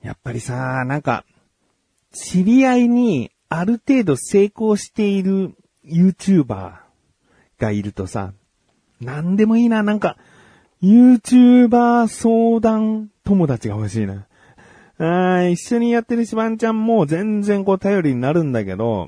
やっぱりさ、なんか、知り合いにある程度成功している YouTuber がいるとさ、なんでもいいな、なんか、YouTuber 相談友達が欲しいな。一緒にやってるしばんちゃんも全然こう頼りになるんだけど、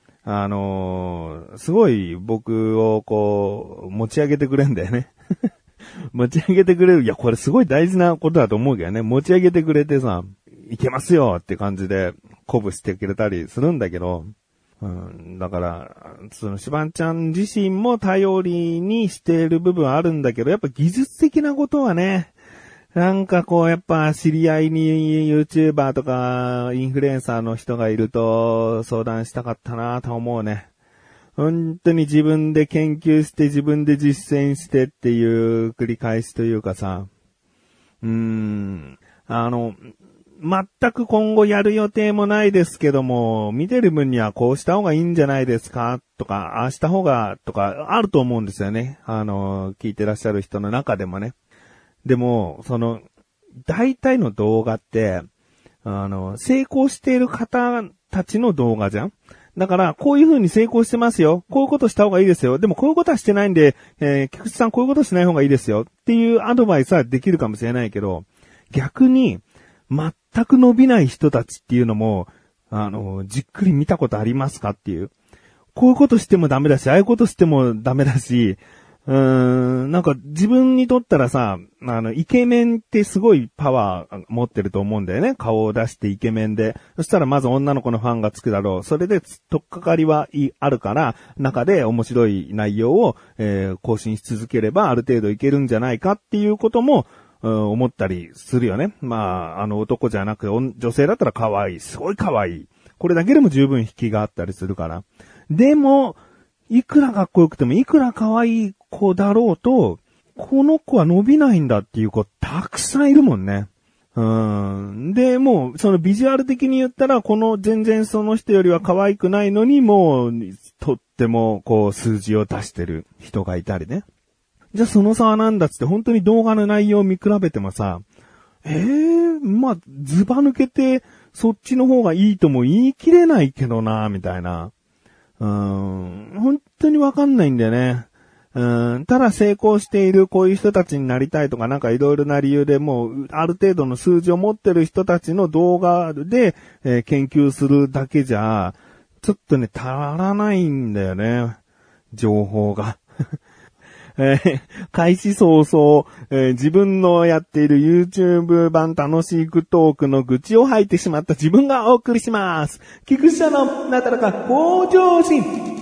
すごい僕をこう、持ち上げてくれんだよね。持ち上げてくれる。いや、これすごい大事なことだと思うけどね。持ち上げてくれてさ、いけますよって感じで鼓舞してくれたりするんだけど、だから、そのしばんちゃん自身も頼りにしている部分はあるんだけど、やっぱ技術的なことはね、なんかこうやっぱ知り合いに YouTuber とかインフルエンサーの人がいると相談したかったなと思うね。本当に自分で研究して自分で実践してっていう繰り返しというかさ、全く今後やる予定もないですけども、見てる分にはこうした方がいいんじゃないですかとか、ああした方がとかあると思うんですよね。聞いてらっしゃる人の中でもね。でも、大体の動画って、成功している方たちの動画じゃん。だから、こういう風に成功してますよ。こういうことした方がいいですよ。でもこういうことはしてないんで、菊池さんこういうことしない方がいいですよ。っていうアドバイスはできるかもしれないけど、逆に、全く伸びない人たちっていうのも、じっくり見たことありますかっていう。こういうことしてもダメだし、ああいうことしてもダメだし、なんか自分にとったらさ、イケメンってすごいパワー持ってると思うんだよね。顔を出してイケメンで。そしたらまず女の子のファンがつくだろう。それでとっかかりはあるから、中で面白い内容を、更新し続ければある程度いけるんじゃないかっていうことも、思ったりするよね。男じゃなく女性だったら可愛い。すごい可愛い。これだけでも十分引きがあったりするから。でも、いくらかっこよくても、いくら可愛い子だろうと、この子は伸びないんだっていう子たくさんいるもんね。で、もう、そのビジュアル的に言ったら、全然その人よりは可愛くないのに、もう、とっても、数字を出してる人がいたりね。じゃあその差はなんだっつって本当に動画の内容を見比べてもさ、ズバ抜けてそっちの方がいいとも言い切れないけどな、みたいな。本当にわかんないんだよね。ただ成功しているこういう人たちになりたいとかなんかいろいろな理由でもうある程度の数字を持ってる人たちの動画で、研究するだけじゃ、ちょっとね、足らないんだよね。情報が。開始早々、自分のやっている YouTube 版楽しいトークの愚痴を吐いてしまった自分がお送りします。菊池社のなだらか向上心。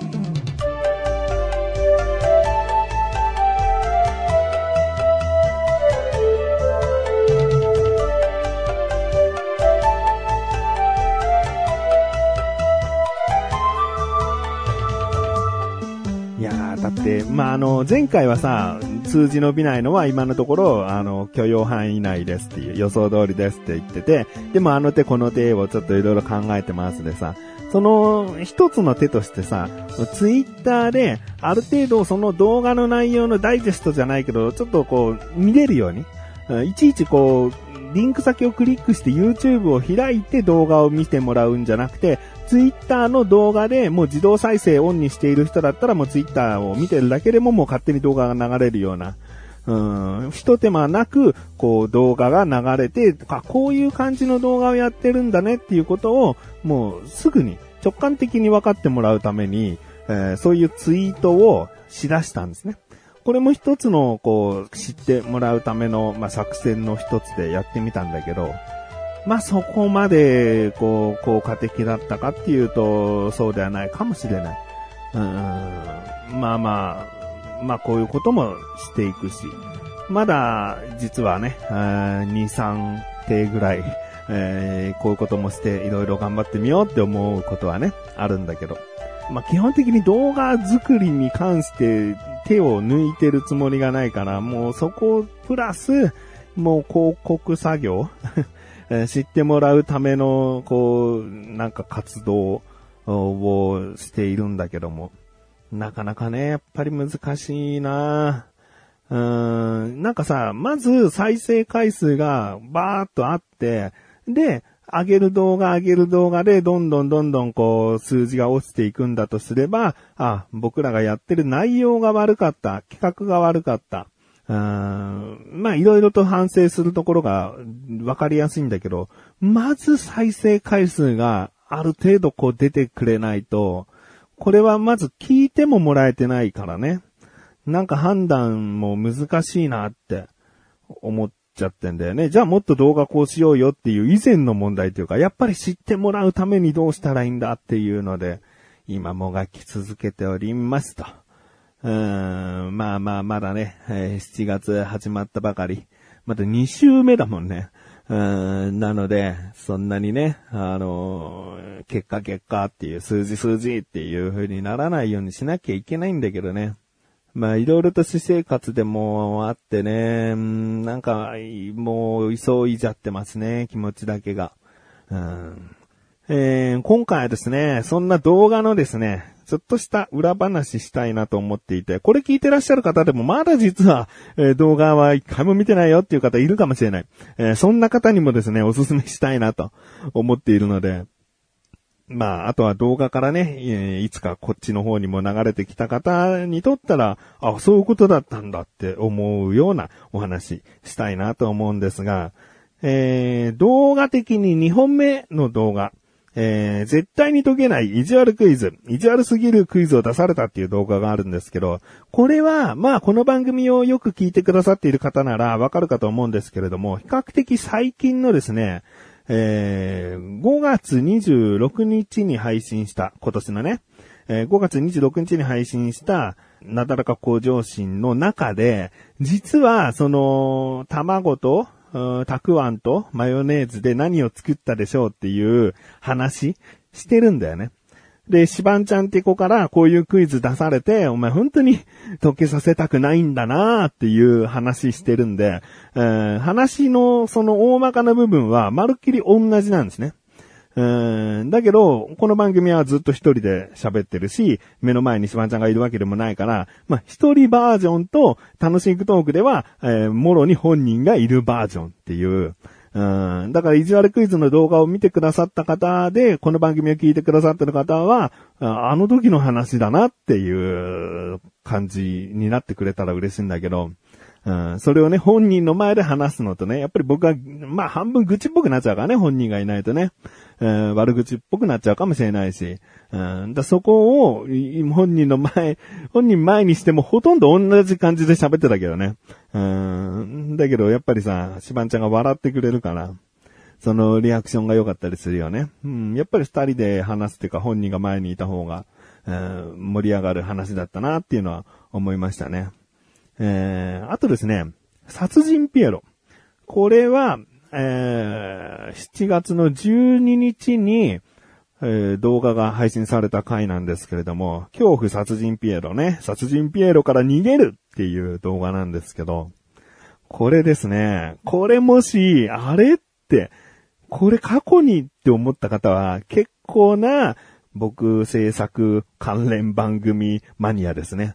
だって、前回はさ、数字伸びないのは今のところ、許容範囲内ですっていう予想通りですって言ってて、でも手この手をちょっといろいろ考えてますでさ、その一つの手としてさ、ツイッターである程度その動画の内容のダイジェストじゃないけど、ちょっと見れるように、いちいちリンク先をクリックして YouTube を開いて動画を見てもらうんじゃなくて、Twitter の動画でもう自動再生オンにしている人だったらもう Twitter を見てるだけでももう勝手に動画が流れるような、一手間なく動画が流れて、こういう感じの動画をやってるんだねっていうことをもうすぐに直感的に分かってもらうために、そういうツイートをしだしたんですね。これも一つの知ってもらうための作戦の一つでやってみたんだけど、そこまで効果的だったかっていうとそうではないかもしれない。こういうこともしていくし、まだ実はね、2、3手ぐらい、こういうこともしていろいろ頑張ってみようって思うことはねあるんだけど、基本的に動画作りに関して手を抜いてるつもりがないから、もうそこプラスもう広告作業知ってもらうためのなんか活動をしているんだけども、なかなかねやっぱり難しいな。なんかさ、まず再生回数がバーっとあって、 で、上げる動画でどんどんこう数字が落ちていくんだとすれば、僕らがやってる内容が悪かった、企画が悪かった。まあいろいろと反省するところがわかりやすいんだけど、まず再生回数がある程度こう出てくれないと、これはまず聞いてももらえてないからね。なんか判断も難しいなって思っちゃってんだよね。じゃあもっと動画こうしようよっていう以前の問題というか、やっぱり知ってもらうためにどうしたらいいんだっていうので、今もがき続けておりますと。まだね、7月始まったばかり。まだ2週目だもんね。なので、そんなにね、結果っていう数字っていう風にならないようにしなきゃいけないんだけどね。まあ、いろいろと私生活でもあってね、なんか、もう急いじゃってますね、気持ちだけが。今回はですね、そんな動画のですね、ちょっとした裏話したいなと思っていて、これ聞いてらっしゃる方でもまだ実は、動画は一回も見てないよっていう方いるかもしれない。そんな方にもですね、おすすめしたいなと思っているので、まあ、あとは動画からね、いつかこっちの方にも流れてきた方にとったら、そういうことだったんだって思うようなお話したいなと思うんですが、動画的に2本目の動画、絶対に解けない意地悪クイズ、意地悪すぎるクイズを出されたっていう動画があるんですけど、これは、まあこの番組をよく聞いてくださっている方ならわかるかと思うんですけれども、比較的最近のですね、5月26日に配信した、今年のね、5月26日に配信した、なだらか向上心の中で、実は、卵と、たくあんとマヨネーズで何を作ったでしょうっていう話してるんだよね。で、しばんちゃんって子からこういうクイズ出されて、お前本当に解けさせたくないんだなーっていう話してるんで、話のその大まかな部分はまるっきり同じなんですね。だけど、この番組はずっと一人で喋ってるし、目の前にしばんちゃんがいるわけでもないから、まあ、一人バージョンと楽しいトークでは、もろに本人がいるバージョンっていう、だから意地悪クイズの動画を見てくださった方で、この番組を聞いてくださってる方は、あの時の話だなっていう感じになってくれたら嬉しいんだけど、それをね、本人の前で話すのとね、やっぱり僕は、まあ半分愚痴っぽくなっちゃうからね、本人がいないとね。悪口っぽくなっちゃうかもしれないし。そこを、本人前にしてもほとんど同じ感じで喋ってたけどね。だけどやっぱりさ、しばんちゃんが笑ってくれるから、そのリアクションが良かったりするよね。やっぱり二人で話すっていうか本人が前にいた方が、盛り上がる話だったなっていうのは思いましたね。あとですね、殺人ピエロ。これは、7月の12日に、動画が配信された回なんですけれども、恐怖殺人ピエロね、殺人ピエロから逃げるっていう動画なんですけど、これですね、これもし、あれって、これ過去にって思った方は結構な僕制作関連番組マニアですね。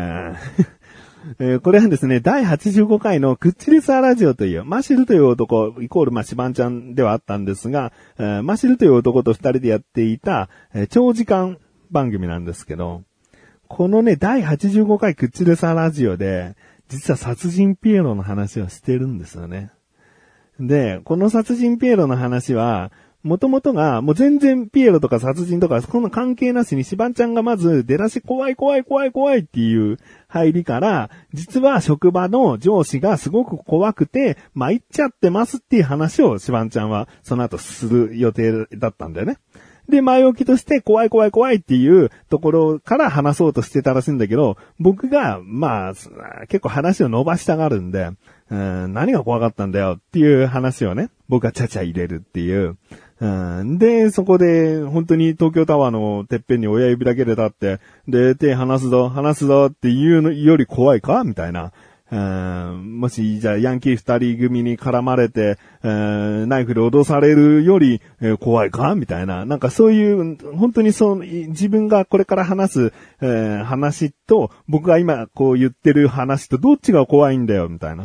これはですね、第85回のクッチレサーラジオという、マシルという男、イコールシバンちゃんではあったんですが、マシルという男と二人でやっていた、長時間番組なんですけど、このね、第85回クッチレサーラジオで、実は殺人ピエロの話をしてるんですよね。で、この殺人ピエロの話は、元々が、もう全然ピエロとか殺人とか、そんな関係なしに、シバンちゃんがまず出だし怖いっていう入りから、実は職場の上司がすごく怖くて、参っちゃってますっていう話をシバンちゃんはその後する予定だったんだよね。で、前置きとして怖いっていうところから話そうとしてたらしいんだけど、僕が、まあ、結構話を伸ばしたがるんで、何が怖かったんだよっていう話をね、僕がちゃちゃ入れるっていう。で、そこで、本当に東京タワーのてっぺんに親指だけで立って、で、手離すぞっていうのより怖いかみたいな。もし、じゃあ、ヤンキー二人組に絡まれて、ナイフで脅されるより、怖いかみたいな。なんかそういう、本当に自分がこれから話す、話と、僕が今こう言ってる話とどっちが怖いんだよみたいな。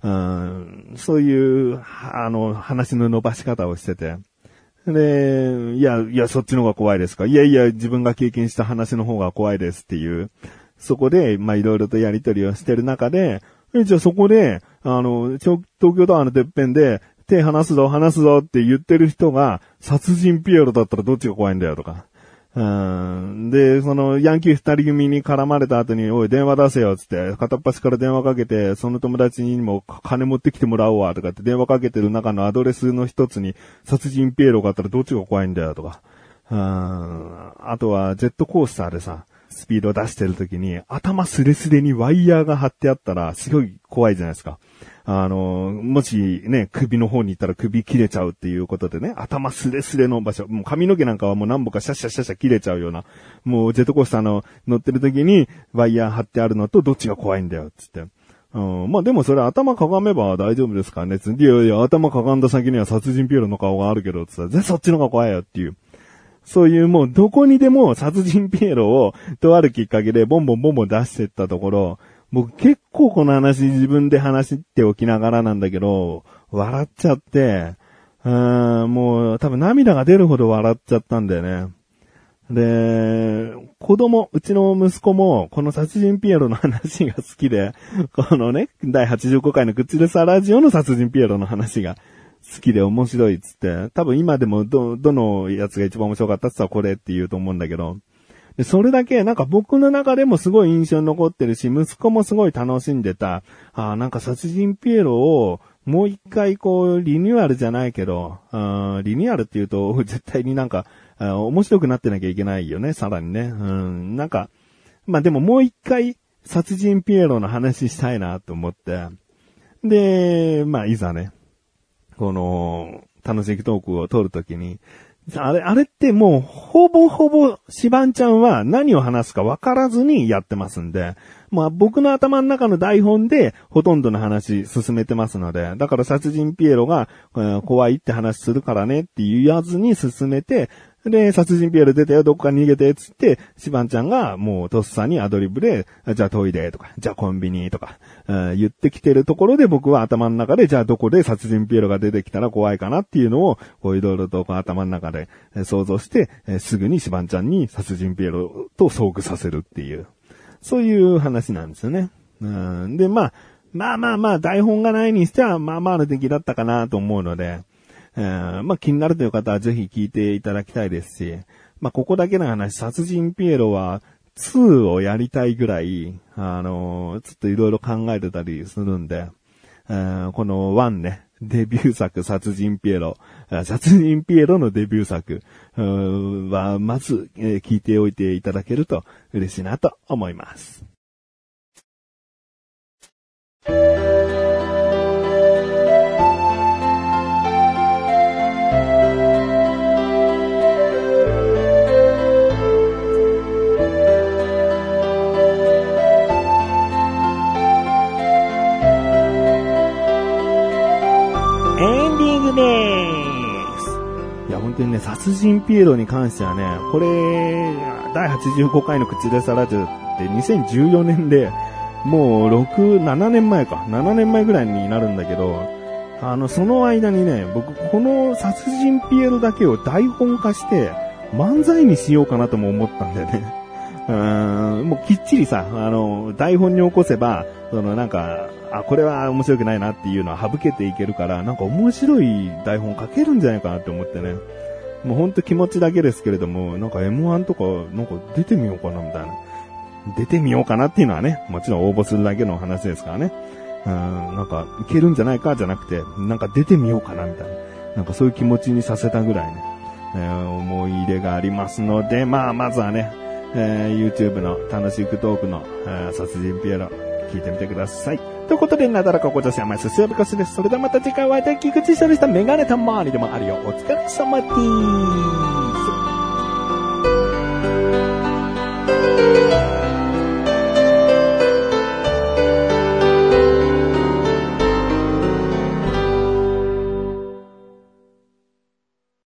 そういう、話の伸ばし方をしてて。で、いや、そっちの方が怖いですか？いや、自分が経験した話の方が怖いですっていう。そこで、いろいろとやりとりをしてる中で、じゃあそこで、東京タワーのてっぺんで、手離すぞって言ってる人が、殺人ピエロだったらどっちが怖いんだよとか。で、その、ヤンキー二人組に絡まれた後に、おい、電話出せよ、つって、片っ端から電話かけて、その友達にも金持ってきてもらおうわ、とかって電話かけてる中のアドレスの一つに、殺人ピエロがあったらどっちが怖いんだよ、とか。あとは、ジェットコースターでさ、スピードを出してる時に、頭スレスレにワイヤーが張ってあったら、すごい怖いじゃないですか。もしね、首の方に行ったら首切れちゃうっていうことでね、頭スレスレの場所、もう髪の毛なんかはもう何本かシャッシャッシャッシャ切れちゃうような、もうジェットコースターの乗ってる時にワイヤー張ってあるのとどっちが怖いんだよ、つって。でもそれ頭かがめば大丈夫ですからね。いや、頭かがんだ先には殺人ピエロの顔があるけど、つって、そっちの方が怖いよっていう。そういうもうどこにでも殺人ピエロをとあるきっかけでボンボン出していったところ、僕結構この話自分で話しておきながらなんだけど、笑っちゃって、もう多分涙が出るほど笑っちゃったんだよね。で、うちの息子もこの殺人ピエロの話が好きで、このね、第85回のクッチレサラジオの殺人ピエロの話が好きで面白いっつって、多分今でもどのやつが一番面白かったっつったらこれって言うと思うんだけど、でそれだけなんか僕の中でもすごい印象に残ってるし、息子もすごい楽しんでた。なんか殺人ピエロをもう一回こうリニューアルじゃないけど、リニューアルって言うと絶対になんか面白くなってなきゃいけないよね、さらにね。なんか、でももう一回殺人ピエロの話したいなと思って。で、いざね、この楽しいトークを撮るときに、あれってもう、ほぼシバンちゃんは何を話すか分からずにやってますんで、僕の頭の中の台本でほとんどの話進めてますので、だから殺人ピエロが、怖いって話するからねって言わずに進めて、で、殺人ピエロ出たよ、どこか逃げて、つって、シバンちゃんがもうとっさにアドリブで、じゃあトイレとか、じゃあコンビニとか、言ってきてるところで僕は頭の中で、じゃあどこで殺人ピエロが出てきたら怖いかなっていうのを、こういろいろと頭の中で想像して、すぐにシバンちゃんに殺人ピエロと遭遇させるっていう、そういう話なんですよね。で、台本がないにしては、の出来だったかなと思うので、気になるという方はぜひ聞いていただきたいですし、ここだけの話、殺人ピエロは2をやりたいぐらい、ちょっといろいろ考えてたりするんで、この1ね、デビュー作殺人ピエロのデビュー作は、まず、聞いておいていただけると嬉しいなと思います。本当にね、殺人ピエロに関してはね、これ、第85回の口でさラジオって2014年で、もう7年前ぐらいになるんだけど、その間にね、僕、この殺人ピエロだけを台本化して、漫才にしようかなとも思ったんだよね。もうきっちりさ、台本に起こせば、これは面白くないなっていうのは省けていけるから、面白い台本書けるんじゃないかなって思ってね。もうほんと気持ちだけですけれども、M1 とか、出てみようかなみたいな。出てみようかなっていうのはね、もちろん応募するだけの話ですからね。いけるんじゃないかじゃなくて、出てみようかなみたいな。そういう気持ちにさせたぐらいね、思い入れがありますので、まずはね、YouTube の楽しくトークの、殺人ピエロ、聞いてみてください。ということで、なだらかご女子甘いすすやぶかしです。それではまた次回お会いでき口一緒にしたメガネたまわりでもあるよ。お疲れ様です。